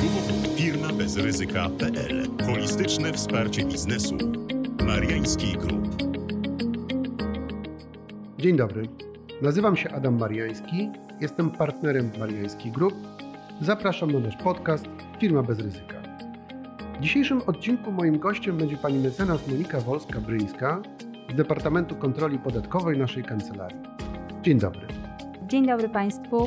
www.firmabezryzyka.pl. Holistyczne wsparcie biznesu. Mariański Group. Dzień dobry. Nazywam się Adam Mariański. Jestem partnerem Mariański Group. Zapraszam na nasz podcast Firma bez ryzyka. W dzisiejszym odcinku moim gościem będzie pani mecenas Monika Wolska-Bryńska z Departamentu Kontroli Podatkowej naszej kancelarii. Dzień dobry. Dzień dobry Państwu.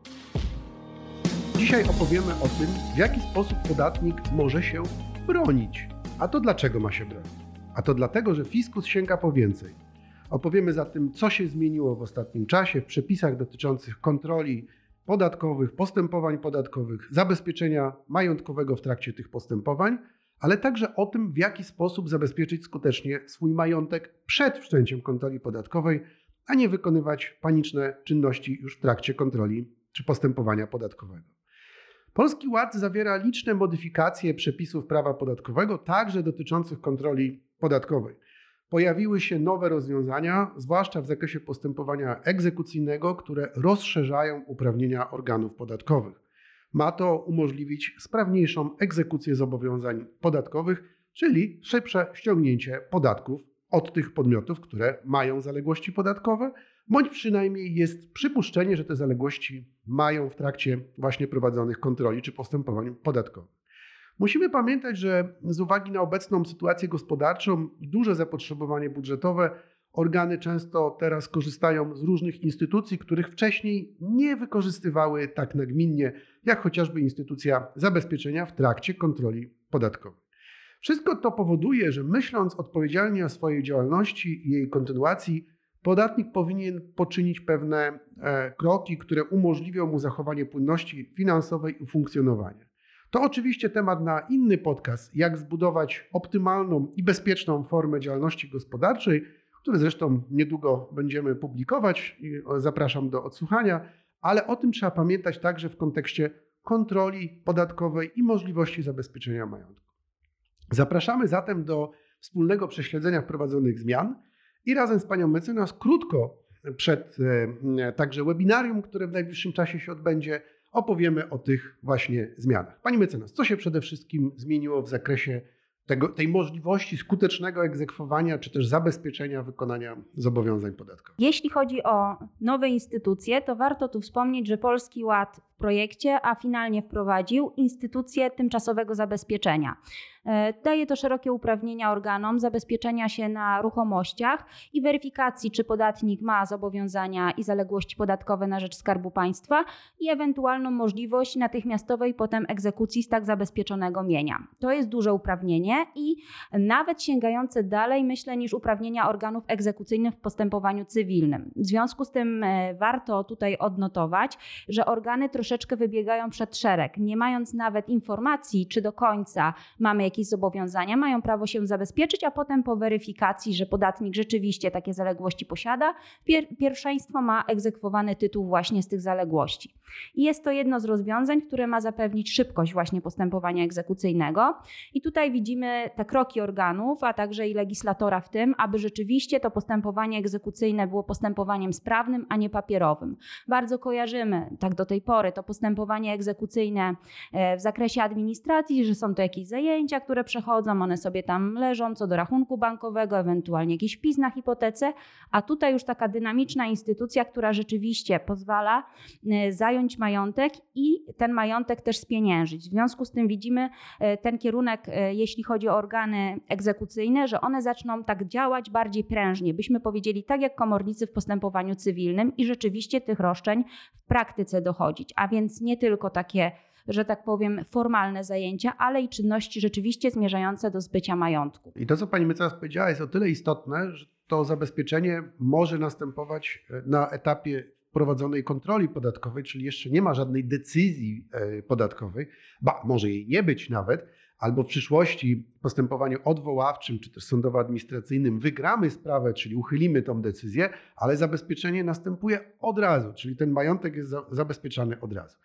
Dzisiaj opowiemy o tym, w jaki sposób podatnik może się bronić. A to dlaczego ma się bronić? A to dlatego, że fiskus sięga po więcej. Opowiemy zatem, co się zmieniło w ostatnim czasie w przepisach dotyczących kontroli podatkowych, postępowań podatkowych, zabezpieczenia majątkowego w trakcie tych postępowań, ale także o tym, w jaki sposób zabezpieczyć skutecznie swój majątek przed wszczęciem kontroli podatkowej, a nie wykonywać paniczne czynności już w trakcie kontroli czy postępowania podatkowego. Polski Ład zawiera liczne modyfikacje przepisów prawa podatkowego, także dotyczących kontroli podatkowej. Pojawiły się nowe rozwiązania, zwłaszcza w zakresie postępowania egzekucyjnego, które rozszerzają uprawnienia organów podatkowych. Ma to umożliwić sprawniejszą egzekucję zobowiązań podatkowych, czyli szybsze ściągnięcie podatków od tych podmiotów, które mają zaległości podatkowe, bądź przynajmniej jest przypuszczenie, że te zaległości mają w trakcie właśnie prowadzonych kontroli czy postępowań podatkowych. Musimy pamiętać, że z uwagi na obecną sytuację gospodarczą i duże zapotrzebowanie budżetowe, organy często teraz korzystają z różnych instytucji, których wcześniej nie wykorzystywały tak nagminnie, jak chociażby instytucja zabezpieczenia w trakcie kontroli podatkowej. Wszystko to powoduje, że myśląc odpowiedzialnie o swojej działalności i jej kontynuacji, podatnik powinien poczynić pewne kroki, które umożliwią mu zachowanie płynności finansowej i funkcjonowania. To oczywiście temat na inny podcast, jak zbudować optymalną i bezpieczną formę działalności gospodarczej, który zresztą niedługo będziemy publikować i zapraszam do odsłuchania, ale o tym trzeba pamiętać także w kontekście kontroli podatkowej i możliwości zabezpieczenia majątku. Zapraszamy zatem do wspólnego prześledzenia wprowadzonych zmian i razem z panią mecenas krótko przed także webinarium, które w najbliższym czasie się odbędzie, opowiemy o tych właśnie zmianach. Pani mecenas, co się przede wszystkim zmieniło w zakresie tej możliwości skutecznego egzekwowania czy też zabezpieczenia wykonania zobowiązań podatkowych? Jeśli chodzi o nowe instytucje, to warto tu wspomnieć, że Polski Ład w projekcie, a finalnie wprowadził instytucję tymczasowego zabezpieczenia. Daje to szerokie uprawnienia organom zabezpieczenia się na ruchomościach i weryfikacji, czy podatnik ma zobowiązania i zaległości podatkowe na rzecz Skarbu Państwa i ewentualną możliwość natychmiastowej potem egzekucji z tak zabezpieczonego mienia. To jest duże uprawnienie i nawet sięgające dalej, myślę, niż uprawnienia organów egzekucyjnych w postępowaniu cywilnym. W związku z tym warto tutaj odnotować, że organy troszeczkę wybiegają przed szereg, nie mając nawet informacji, czy do końca mamy jakieś zobowiązania, mają prawo się zabezpieczyć, a potem po weryfikacji, że podatnik rzeczywiście takie zaległości posiada, pierwszeństwo ma egzekwowany tytuł właśnie z tych zaległości. I jest to jedno z rozwiązań, które ma zapewnić szybkość właśnie postępowania egzekucyjnego. I tutaj widzimy te kroki organów, a także i legislatora w tym, aby rzeczywiście to postępowanie egzekucyjne było postępowaniem sprawnym, a nie papierowym. Bardzo kojarzymy, tak do tej pory, to postępowanie egzekucyjne w zakresie administracji, że są to jakieś zajęcia, które przechodzą, one sobie tam leżą co do rachunku bankowego, ewentualnie jakiś wpis na hipotece, a tutaj już taka dynamiczna instytucja, która rzeczywiście pozwala zająć majątek i ten majątek też spieniężyć. W związku z tym widzimy ten kierunek, jeśli chodzi o organy egzekucyjne, że one zaczną tak działać bardziej prężnie. Byśmy powiedzieli tak jak komornicy w postępowaniu cywilnym i rzeczywiście tych roszczeń w praktyce dochodzić, a więc nie tylko takie, że tak powiem, formalne zajęcia, ale i czynności rzeczywiście zmierzające do zbycia majątku. I to, co pani mecenas powiedziała, jest o tyle istotne, że to zabezpieczenie może następować na etapie prowadzonej kontroli podatkowej, czyli jeszcze nie ma żadnej decyzji podatkowej, może jej nie być nawet, albo w przyszłości w postępowaniu odwoławczym czy też sądowo-administracyjnym wygramy sprawę, czyli uchylimy tą decyzję, ale zabezpieczenie następuje od razu, czyli ten majątek jest zabezpieczany od razu.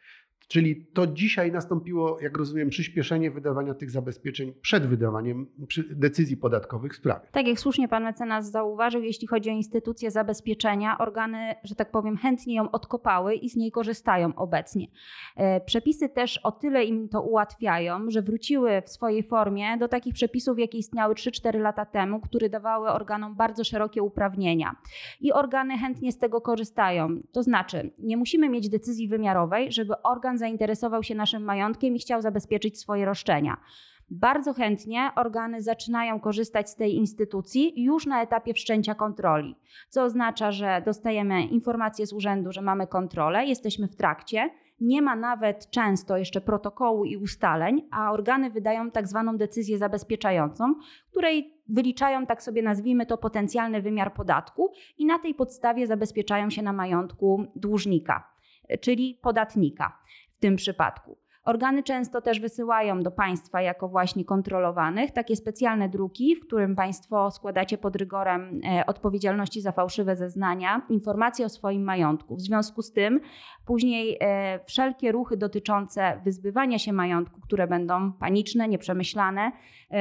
Czyli to dzisiaj nastąpiło, jak rozumiem, przyspieszenie wydawania tych zabezpieczeń przed wydawaniem decyzji podatkowych w sprawie. Tak jak słusznie pan mecenas zauważył, jeśli chodzi o instytucję zabezpieczenia, organy, że tak powiem, chętnie ją odkopały i z niej korzystają obecnie. Przepisy też o tyle im to ułatwiają, że wróciły w swojej formie do takich przepisów, jakie istniały 3-4 lata temu, które dawały organom bardzo szerokie uprawnienia. I organy chętnie z tego korzystają. To znaczy, nie musimy mieć decyzji wymiarowej, żeby organ zainteresował się naszym majątkiem i chciał zabezpieczyć swoje roszczenia. Bardzo chętnie organy zaczynają korzystać z tej instytucji już na etapie wszczęcia kontroli, co oznacza, że dostajemy informację z urzędu, że mamy kontrolę, jesteśmy w trakcie, nie ma nawet często jeszcze protokołu i ustaleń, a organy wydają tak zwaną decyzję zabezpieczającą, której wyliczają, tak sobie nazwijmy to, potencjalny wymiar podatku i na tej podstawie zabezpieczają się na majątku dłużnika, czyli podatnika w tym przypadku. Organy często też wysyłają do państwa jako właśnie kontrolowanych takie specjalne druki, w którym państwo składacie pod rygorem odpowiedzialności za fałszywe zeznania informacje o swoim majątku. W związku z tym później wszelkie ruchy dotyczące wyzbywania się majątku, które będą paniczne, nieprzemyślane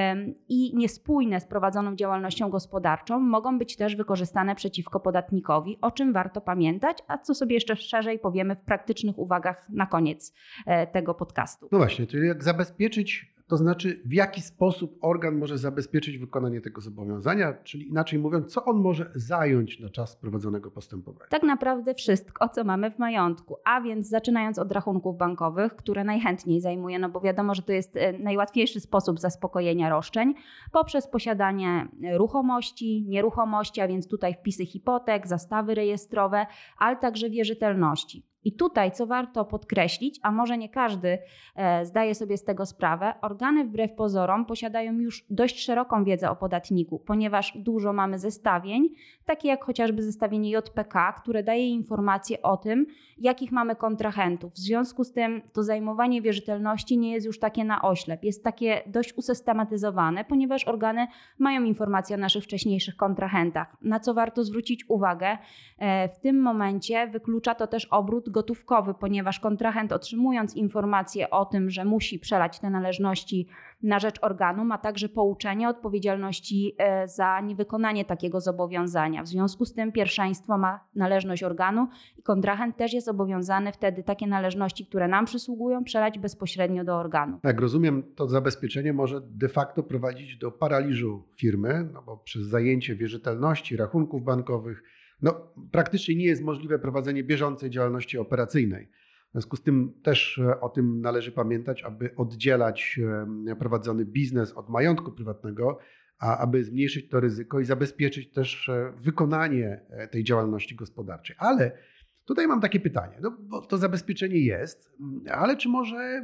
i niespójne z prowadzoną działalnością gospodarczą, mogą być też wykorzystane przeciwko podatnikowi, o czym warto pamiętać, a co sobie jeszcze szerzej powiemy w praktycznych uwagach na koniec tego podcastu. No właśnie, czyli jak zabezpieczyć, to znaczy w jaki sposób organ może zabezpieczyć wykonanie tego zobowiązania, czyli inaczej mówiąc, co on może zająć na czas prowadzonego postępowania. Tak naprawdę wszystko, co mamy w majątku, a więc zaczynając od rachunków bankowych, które najchętniej zajmuje, no bo wiadomo, że to jest najłatwiejszy sposób zaspokojenia roszczeń, poprzez posiadanie ruchomości, nieruchomości, a więc tutaj wpisy hipotek, zastawy rejestrowe, ale także wierzytelności. I tutaj, co warto podkreślić, a może nie każdy zdaje sobie z tego sprawę, organy wbrew pozorom posiadają już dość szeroką wiedzę o podatniku, ponieważ dużo mamy zestawień, takie jak chociażby zestawienie JPK, które daje informacje o tym, jakich mamy kontrahentów. W związku z tym to zajmowanie wierzytelności nie jest już takie na oślep, jest takie dość usystematyzowane, ponieważ organy mają informacje o naszych wcześniejszych kontrahentach. Na co warto zwrócić uwagę, w tym momencie wyklucza to też obrót gotówkowy, ponieważ kontrahent, otrzymując informację o tym, że musi przelać te należności na rzecz organu, ma także pouczenie o odpowiedzialności za niewykonanie takiego zobowiązania. W związku z tym pierwszeństwo ma należność organu i kontrahent też jest obowiązany wtedy takie należności, które nam przysługują, przelać bezpośrednio do organu. Jak rozumiem, to zabezpieczenie może de facto prowadzić do paraliżu firmy, no bo przez zajęcie wierzytelności, rachunków bankowych, praktycznie nie jest możliwe prowadzenie bieżącej działalności operacyjnej. W związku z tym też o tym należy pamiętać, aby oddzielać prowadzony biznes od majątku prywatnego, a aby zmniejszyć to ryzyko i zabezpieczyć też wykonanie tej działalności gospodarczej. Ale tutaj mam takie pytanie, bo to zabezpieczenie jest, ale czy może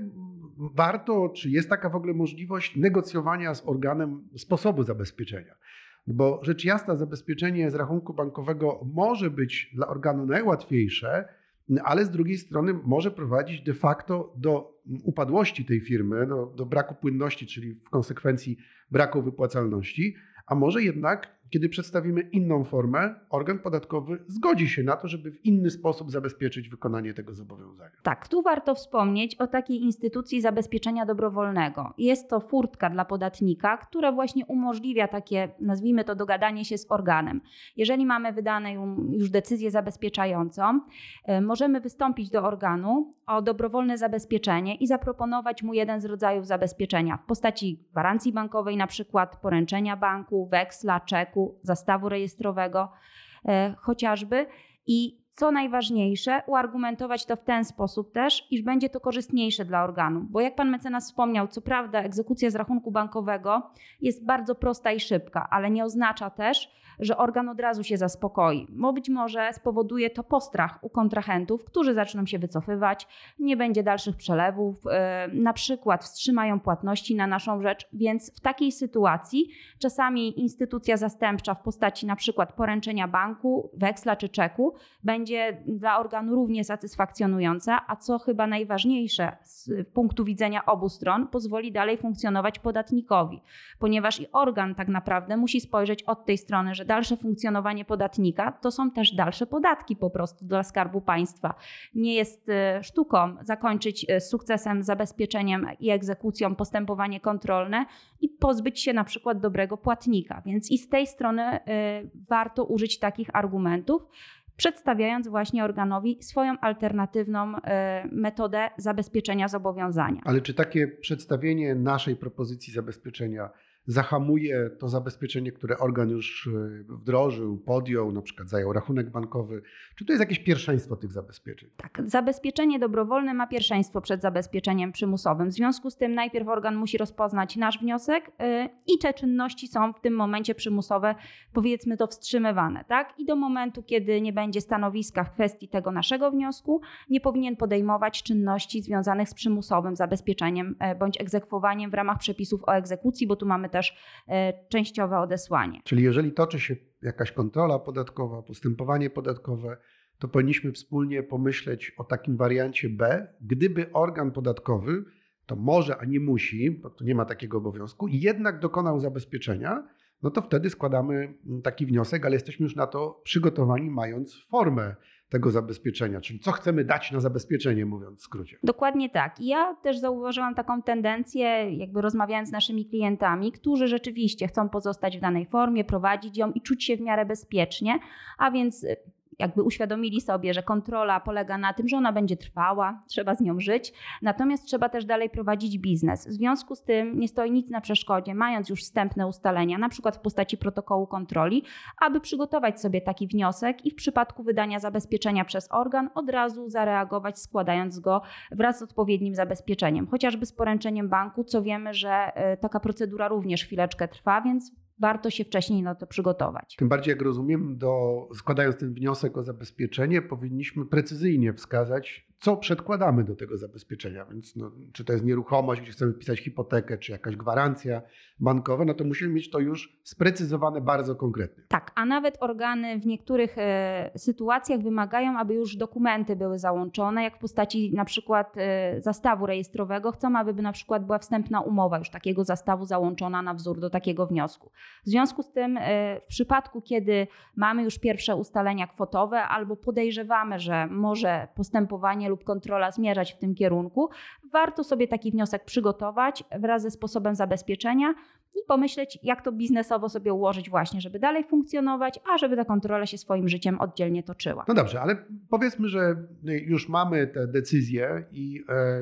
warto, czy jest taka w ogóle możliwość negocjowania z organem sposobu zabezpieczenia? Bo rzecz jasna, zabezpieczenie z rachunku bankowego może być dla organu najłatwiejsze, ale z drugiej strony może prowadzić de facto do upadłości tej firmy, do braku płynności, czyli w konsekwencji braku wypłacalności, a może jednak, kiedy przedstawimy inną formę, organ podatkowy zgodzi się na to, żeby w inny sposób zabezpieczyć wykonanie tego zobowiązania. Tak, tu warto wspomnieć o takiej instytucji zabezpieczenia dobrowolnego. Jest to furtka dla podatnika, która właśnie umożliwia takie, nazwijmy to, dogadanie się z organem. Jeżeli mamy wydaną już decyzję zabezpieczającą, możemy wystąpić do organu o dobrowolne zabezpieczenie i zaproponować mu jeden z rodzajów zabezpieczenia w postaci gwarancji bankowej, na przykład poręczenia banku, weksla, czeku, zastawu rejestrowego chociażby i co najważniejsze, uargumentować to w ten sposób też, iż będzie to korzystniejsze dla organu. Bo jak pan mecenas wspomniał, co prawda egzekucja z rachunku bankowego jest bardzo prosta i szybka, ale nie oznacza też, że organ od razu się zaspokoi, bo być może spowoduje to postrach u kontrahentów, którzy zaczną się wycofywać, nie będzie dalszych przelewów, na przykład wstrzymają płatności na naszą rzecz, więc w takiej sytuacji czasami instytucja zastępcza w postaci na przykład poręczenia banku, weksla czy czeku będzie będzie dla organu równie satysfakcjonująca, a co chyba najważniejsze z punktu widzenia obu stron, pozwoli dalej funkcjonować podatnikowi, ponieważ i organ tak naprawdę musi spojrzeć od tej strony, że dalsze funkcjonowanie podatnika to są też dalsze podatki po prostu dla Skarbu Państwa. Nie jest sztuką zakończyć z sukcesem, zabezpieczeniem i egzekucją postępowanie kontrolne i pozbyć się na przykład dobrego płatnika. Więc i z tej strony warto użyć takich argumentów, przedstawiając właśnie organowi swoją alternatywną metodę zabezpieczenia zobowiązania. Ale czy takie przedstawienie naszej propozycji zabezpieczenia zahamuje to zabezpieczenie, które organ już wdrożył, podjął, na przykład zajął rachunek bankowy? Czy to jest jakieś pierwszeństwo tych zabezpieczeń? Tak, zabezpieczenie dobrowolne ma pierwszeństwo przed zabezpieczeniem przymusowym. W związku z tym najpierw organ musi rozpoznać nasz wniosek i te czynności są w tym momencie przymusowe, powiedzmy to wstrzymywane. Tak? I do momentu, kiedy nie będzie stanowiska w kwestii tego naszego wniosku, nie powinien podejmować czynności związanych z przymusowym zabezpieczeniem bądź egzekwowaniem w ramach przepisów o egzekucji, bo tu mamy też częściowe odesłanie. Czyli jeżeli toczy się jakaś kontrola podatkowa, postępowanie podatkowe, to powinniśmy wspólnie pomyśleć o takim wariancie B, gdyby organ podatkowy, to może, a nie musi, bo tu nie ma takiego obowiązku, jednak dokonał zabezpieczenia, no to wtedy składamy taki wniosek, ale jesteśmy już na to przygotowani, mając formę tego zabezpieczenia, czyli co chcemy dać na zabezpieczenie, mówiąc w skrócie. Dokładnie tak. Ja też zauważyłam taką tendencję, jakby rozmawiając z naszymi klientami, którzy rzeczywiście chcą pozostać w danej formie, prowadzić ją i czuć się w miarę bezpiecznie, a więc jakby uświadomili sobie, że kontrola polega na tym, że ona będzie trwała, trzeba z nią żyć, natomiast trzeba też dalej prowadzić biznes. W związku z tym nie stoi nic na przeszkodzie, mając już wstępne ustalenia, na przykład w postaci protokołu kontroli, aby przygotować sobie taki wniosek i w przypadku wydania zabezpieczenia przez organ od razu zareagować, składając go wraz z odpowiednim zabezpieczeniem, chociażby z poręczeniem banku, co wiemy, że taka procedura również chwileczkę trwa, więc warto się wcześniej na to przygotować. Tym bardziej, jak rozumiem, składając ten wniosek o zabezpieczenie, powinniśmy precyzyjnie wskazać, co przedkładamy do tego zabezpieczenia. Więc czy to jest nieruchomość, gdzie chcemy wpisać hipotekę, czy jakaś gwarancja bankowa, no to musimy mieć to już sprecyzowane bardzo konkretnie. Tak, a nawet organy w niektórych sytuacjach wymagają, aby już dokumenty były załączone, jak w postaci na przykład zastawu rejestrowego. Chcą, aby na przykład była wstępna umowa już takiego zastawu załączona na wzór do takiego wniosku. W związku z tym w przypadku, kiedy mamy już pierwsze ustalenia kwotowe albo podejrzewamy, że może postępowanie lub kontrola zmierzać w tym kierunku, warto sobie taki wniosek przygotować wraz ze sposobem zabezpieczenia i pomyśleć, jak to biznesowo sobie ułożyć właśnie, żeby dalej funkcjonować, a żeby ta kontrola się swoim życiem oddzielnie toczyła. No dobrze, ale powiedzmy, że już mamy te decyzje i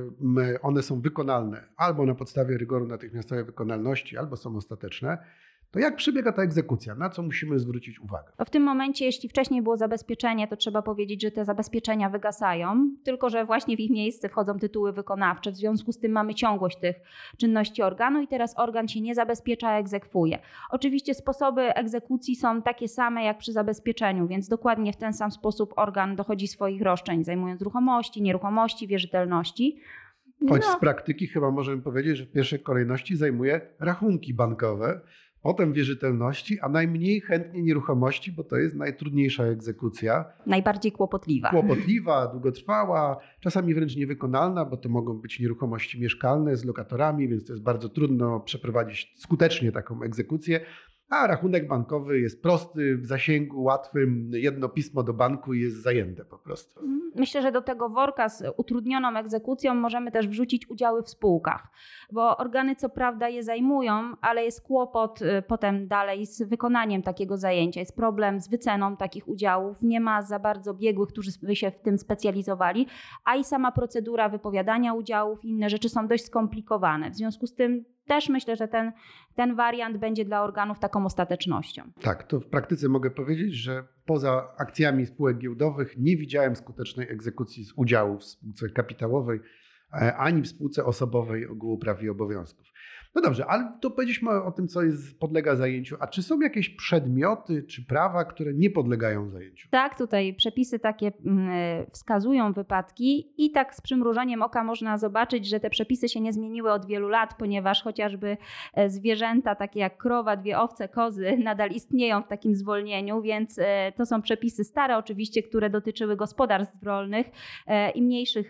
one są wykonalne albo na podstawie rygoru natychmiastowej wykonalności, albo są ostateczne. To jak przebiega ta egzekucja? Na co musimy zwrócić uwagę? W tym momencie, jeśli wcześniej było zabezpieczenie, to trzeba powiedzieć, że te zabezpieczenia wygasają, tylko że właśnie w ich miejsce wchodzą tytuły wykonawcze. W związku z tym mamy ciągłość tych czynności organu i teraz organ się nie zabezpiecza, a egzekwuje. Oczywiście sposoby egzekucji są takie same jak przy zabezpieczeniu, więc dokładnie w ten sam sposób organ dochodzi swoich roszczeń, zajmując ruchomości, nieruchomości, wierzytelności. Choć z praktyki chyba możemy powiedzieć, że w pierwszej kolejności zajmuje rachunki bankowe, potem wierzytelności, a najmniej chętnie nieruchomości, bo to jest najtrudniejsza egzekucja. Najbardziej kłopotliwa. Kłopotliwa, długotrwała, czasami wręcz niewykonalna, bo to mogą być nieruchomości mieszkalne z lokatorami, więc to jest bardzo trudno przeprowadzić skutecznie taką egzekucję. A rachunek bankowy jest prosty, w zasięgu łatwym, jedno pismo do banku i jest zajęte po prostu. Myślę, że do tego worka z utrudnioną egzekucją możemy też wrzucić udziały w spółkach, bo organy co prawda je zajmują, ale jest kłopot potem dalej z wykonaniem takiego zajęcia. Jest problem z wyceną takich udziałów, nie ma za bardzo biegłych, którzy by się w tym specjalizowali, a i sama procedura wypowiadania udziałów i inne rzeczy są dość skomplikowane. W związku z tym też myślę, że ten wariant będzie dla organów taką ostatecznością. Tak, to w praktyce mogę powiedzieć, że poza akcjami spółek giełdowych nie widziałem skutecznej egzekucji z udziałów w spółce kapitałowej, ani w spółce osobowej ogółu praw i obowiązków. No dobrze, ale to powiedzieliśmy o tym, co podlega zajęciu. A czy są jakieś przedmioty czy prawa, które nie podlegają zajęciu? Tak, tutaj przepisy takie wskazują wypadki i tak z przymrużeniem oka można zobaczyć, że te przepisy się nie zmieniły od wielu lat, ponieważ chociażby zwierzęta takie jak krowa, 2 owce, kozy nadal istnieją w takim zwolnieniu, więc to są przepisy stare oczywiście, które dotyczyły gospodarstw rolnych i mniejszych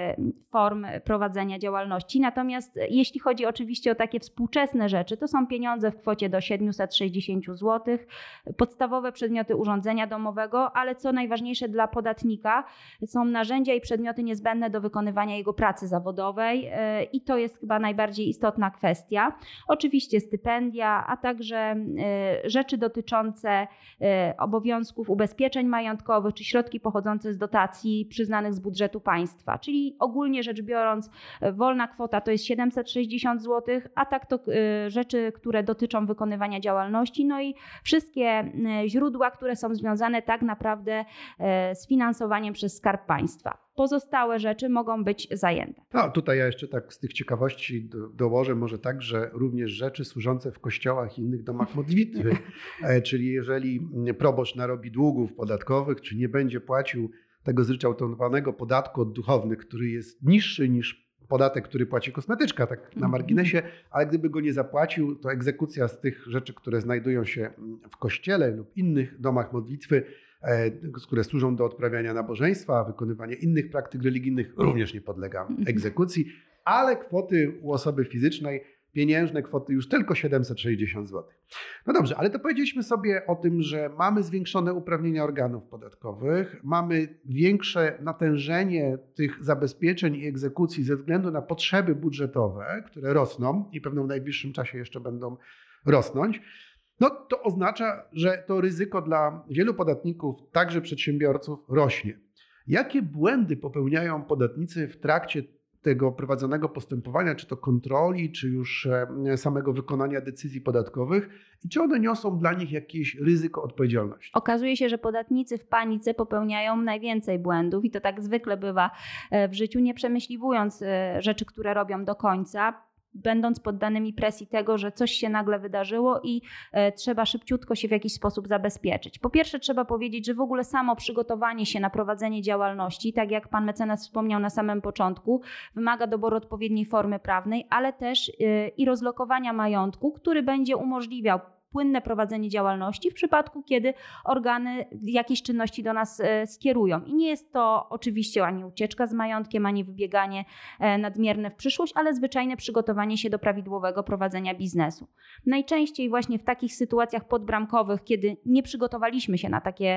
form prowadzenia działalności. Natomiast jeśli chodzi oczywiście o takie współczesne rzeczy, to są pieniądze w kwocie do 760 zł, podstawowe przedmioty urządzenia domowego, ale co najważniejsze dla podatnika są narzędzia i przedmioty niezbędne do wykonywania jego pracy zawodowej i to jest chyba najbardziej istotna kwestia. Oczywiście stypendia, a także rzeczy dotyczące obowiązków ubezpieczeń majątkowych czy środki pochodzące z dotacji przyznanych z budżetu państwa, czyli ogólnie rzecz biorąc wolna kwota to jest 760 zł, a tak to rzeczy, które dotyczą wykonywania działalności, no i wszystkie źródła, które są związane tak naprawdę z finansowaniem przez Skarb Państwa. Pozostałe rzeczy mogą być zajęte. No, tutaj ja jeszcze tak z tych ciekawości dołożę może tak, że również rzeczy służące w kościołach i innych domach modlitwy, czyli jeżeli proboszcz narobi długów podatkowych, czy nie będzie płacił tego zryczałtowanego podatku od duchownych, który jest niższy niż podatek, który płaci kosmetyczka, tak na marginesie, ale gdyby go nie zapłacił, to egzekucja z tych rzeczy, które znajdują się w kościele lub innych domach modlitwy, które służą do odprawiania nabożeństwa, wykonywania innych praktyk religijnych, również nie podlega egzekucji, ale kwoty u osoby fizycznej, pieniężne kwoty już tylko 760 zł. No dobrze, ale to powiedzieliśmy sobie o tym, że mamy zwiększone uprawnienia organów podatkowych, mamy większe natężenie tych zabezpieczeń i egzekucji ze względu na potrzeby budżetowe, które rosną i pewno w najbliższym czasie jeszcze będą rosnąć. No to oznacza, że to ryzyko dla wielu podatników, także przedsiębiorców, rośnie. Jakie błędy popełniają podatnicy w trakcie tego prowadzonego postępowania, czy to kontroli, czy już samego wykonania decyzji podatkowych i czy one niosą dla nich jakieś ryzyko odpowiedzialności? Okazuje się, że podatnicy w panice popełniają najwięcej błędów i to tak zwykle bywa w życiu, nie przemyśliwując rzeczy, które robią do końca, będąc poddanymi presji tego, że coś się nagle wydarzyło i trzeba szybciutko się w jakiś sposób zabezpieczyć. Po pierwsze trzeba powiedzieć, że w ogóle samo przygotowanie się na prowadzenie działalności, tak jak pan mecenas wspomniał na samym początku, wymaga doboru odpowiedniej formy prawnej, ale też i rozlokowania majątku, który będzie umożliwiał płynne prowadzenie działalności w przypadku, kiedy organy jakieś czynności do nas skierują. I nie jest to oczywiście ani ucieczka z majątkiem, ani wybieganie nadmierne w przyszłość, ale zwyczajne przygotowanie się do prawidłowego prowadzenia biznesu. Najczęściej właśnie w takich sytuacjach podbramkowych, kiedy nie przygotowaliśmy się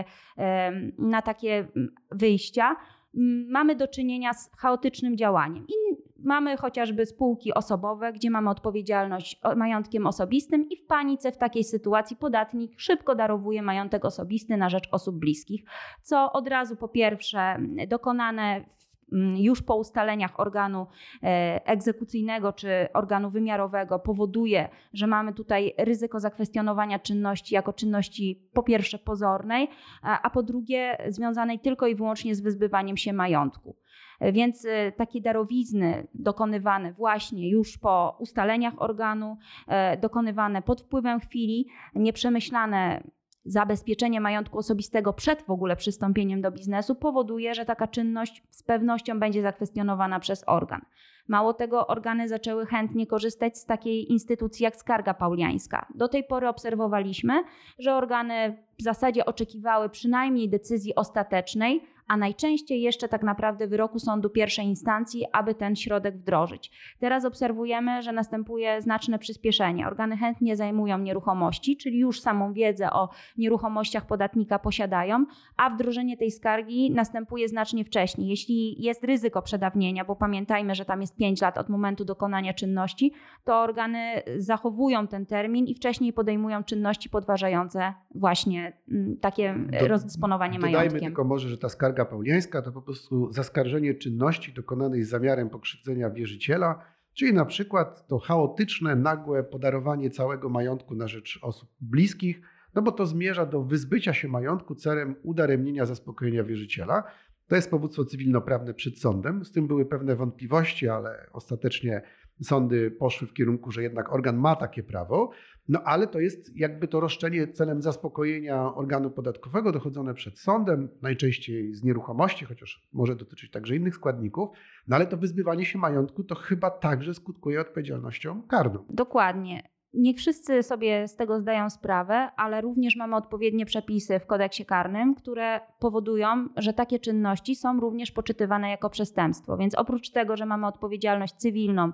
na takie wyjścia, mamy do czynienia z chaotycznym działaniem. I mamy chociażby spółki osobowe, gdzie mamy odpowiedzialność majątkiem osobistym i w panice w takiej sytuacji podatnik szybko darowuje majątek osobisty na rzecz osób bliskich, co od razu po pierwsze dokonane już po ustaleniach organu egzekucyjnego czy organu wymiarowego powoduje, że mamy tutaj ryzyko zakwestionowania czynności jako czynności po pierwsze pozornej, a po drugie związanej tylko i wyłącznie z wyzbywaniem się majątku. Więc takie darowizny dokonywane właśnie już po ustaleniach organu, dokonywane pod wpływem chwili, nieprzemyślane zabezpieczenie majątku osobistego przed w ogóle przystąpieniem do biznesu powoduje, że taka czynność z pewnością będzie zakwestionowana przez organ. Mało tego, organy zaczęły chętnie korzystać z takiej instytucji jak skarga pauliańska. Do tej pory obserwowaliśmy, że organy w zasadzie oczekiwały przynajmniej decyzji ostatecznej, a najczęściej jeszcze tak naprawdę wyroku sądu pierwszej instancji, aby ten środek wdrożyć. Teraz obserwujemy, że następuje znaczne przyspieszenie. Organy chętnie zajmują nieruchomości, czyli już samą wiedzę o nieruchomościach podatnika posiadają, a wdrożenie tej skargi następuje znacznie wcześniej. Jeśli jest ryzyko przedawnienia, bo pamiętajmy, że tam jest 5 lat od momentu dokonania czynności, to organy zachowują ten termin i wcześniej podejmują czynności podważające właśnie takie rozdysponowanie majątkiem. Dodajmy tylko może, że ta skarga pauliańska to po prostu zaskarżenie czynności dokonanej z zamiarem pokrzywdzenia wierzyciela, czyli na przykład to chaotyczne, nagłe podarowanie całego majątku na rzecz osób bliskich, no bo to zmierza do wyzbycia się majątku celem udaremnienia zaspokojenia wierzyciela. To jest powództwo cywilnoprawne przed sądem. Z tym były pewne wątpliwości, ale ostatecznie sądy poszły w kierunku, że jednak organ ma takie prawo. No ale to jest jakby to roszczenie celem zaspokojenia organu podatkowego dochodzone przed sądem, najczęściej z nieruchomości, chociaż może dotyczyć także innych składników. No ale to wyzbywanie się majątku to chyba także skutkuje odpowiedzialnością karną. Dokładnie. Nie wszyscy sobie z tego zdają sprawę, ale również mamy odpowiednie przepisy w kodeksie karnym, które powodują, że takie czynności są również poczytywane jako przestępstwo. Więc oprócz tego, że mamy odpowiedzialność cywilną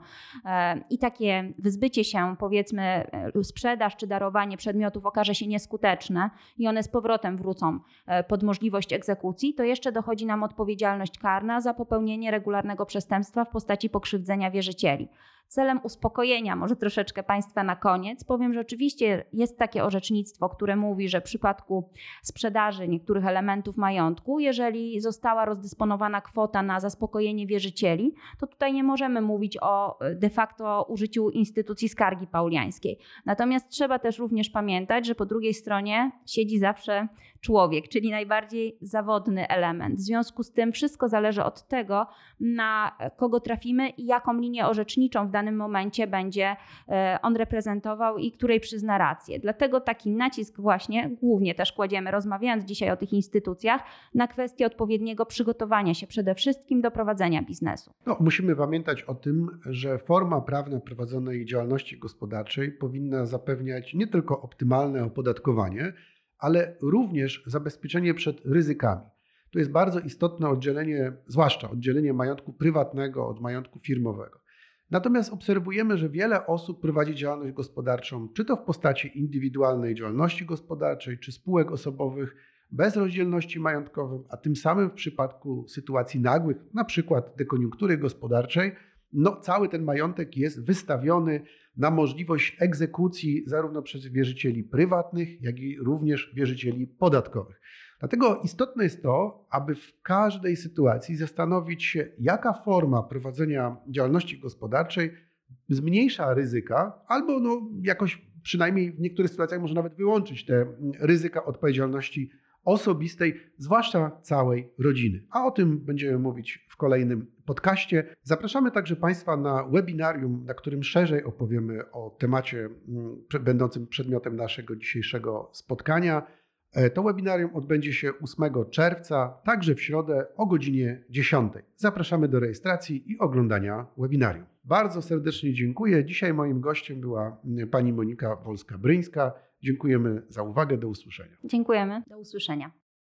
i takie wyzbycie się, powiedzmy, sprzedaż czy darowanie przedmiotów okaże się nieskuteczne i one z powrotem wrócą pod możliwość egzekucji, to jeszcze dochodzi nam odpowiedzialność karna za popełnienie regularnego przestępstwa w postaci pokrzywdzenia wierzycieli. Celem uspokojenia, może troszeczkę Państwa na koniec, powiem, że oczywiście jest takie orzecznictwo, które mówi, że w przypadku sprzedaży niektórych elementów majątku, jeżeli została rozdysponowana kwota na zaspokojenie wierzycieli, to tutaj nie możemy mówić o de facto użyciu instytucji skargi pauliańskiej. Natomiast trzeba też również pamiętać, że po drugiej stronie siedzi zawsze człowiek, czyli najbardziej zawodny element. W związku z tym wszystko zależy od tego, na kogo trafimy i jaką linię orzeczniczą w danym momencie będzie on reprezentował i której przyzna rację. Dlatego taki nacisk właśnie głównie też kładziemy, rozmawiając dzisiaj o tych instytucjach, na kwestię odpowiedniego przygotowania się przede wszystkim do prowadzenia biznesu. No, musimy pamiętać o tym, że forma prawna prowadzonej działalności gospodarczej powinna zapewniać nie tylko optymalne opodatkowanie, ale również zabezpieczenie przed ryzykami. Tu jest bardzo istotne oddzielenie, zwłaszcza oddzielenie majątku prywatnego od majątku firmowego. Natomiast obserwujemy, że wiele osób prowadzi działalność gospodarczą, czy to w postaci indywidualnej działalności gospodarczej, czy spółek osobowych, bez rozdzielności majątkowej, a tym samym w przypadku sytuacji nagłych, na przykład dekoniunktury gospodarczej, cały ten majątek jest wystawiony na możliwość egzekucji zarówno przez wierzycieli prywatnych, jak i również wierzycieli podatkowych. Dlatego istotne jest to, aby w każdej sytuacji zastanowić się, jaka forma prowadzenia działalności gospodarczej zmniejsza ryzyka, albo jakoś przynajmniej w niektórych sytuacjach może nawet wyłączyć te ryzyka odpowiedzialności osobistej, zwłaszcza całej rodziny. A o tym będziemy mówić w kolejnym podcaście. Zapraszamy także Państwa na webinarium, na którym szerzej opowiemy o temacie będącym przedmiotem naszego dzisiejszego spotkania. To webinarium odbędzie się 8 czerwca, także w środę o godzinie 10. Zapraszamy do rejestracji i oglądania webinarium. Bardzo serdecznie dziękuję. Dzisiaj moim gościem była pani Monika Wolska-Bryńska. Dziękujemy za uwagę. Do usłyszenia. Dziękujemy. Do usłyszenia.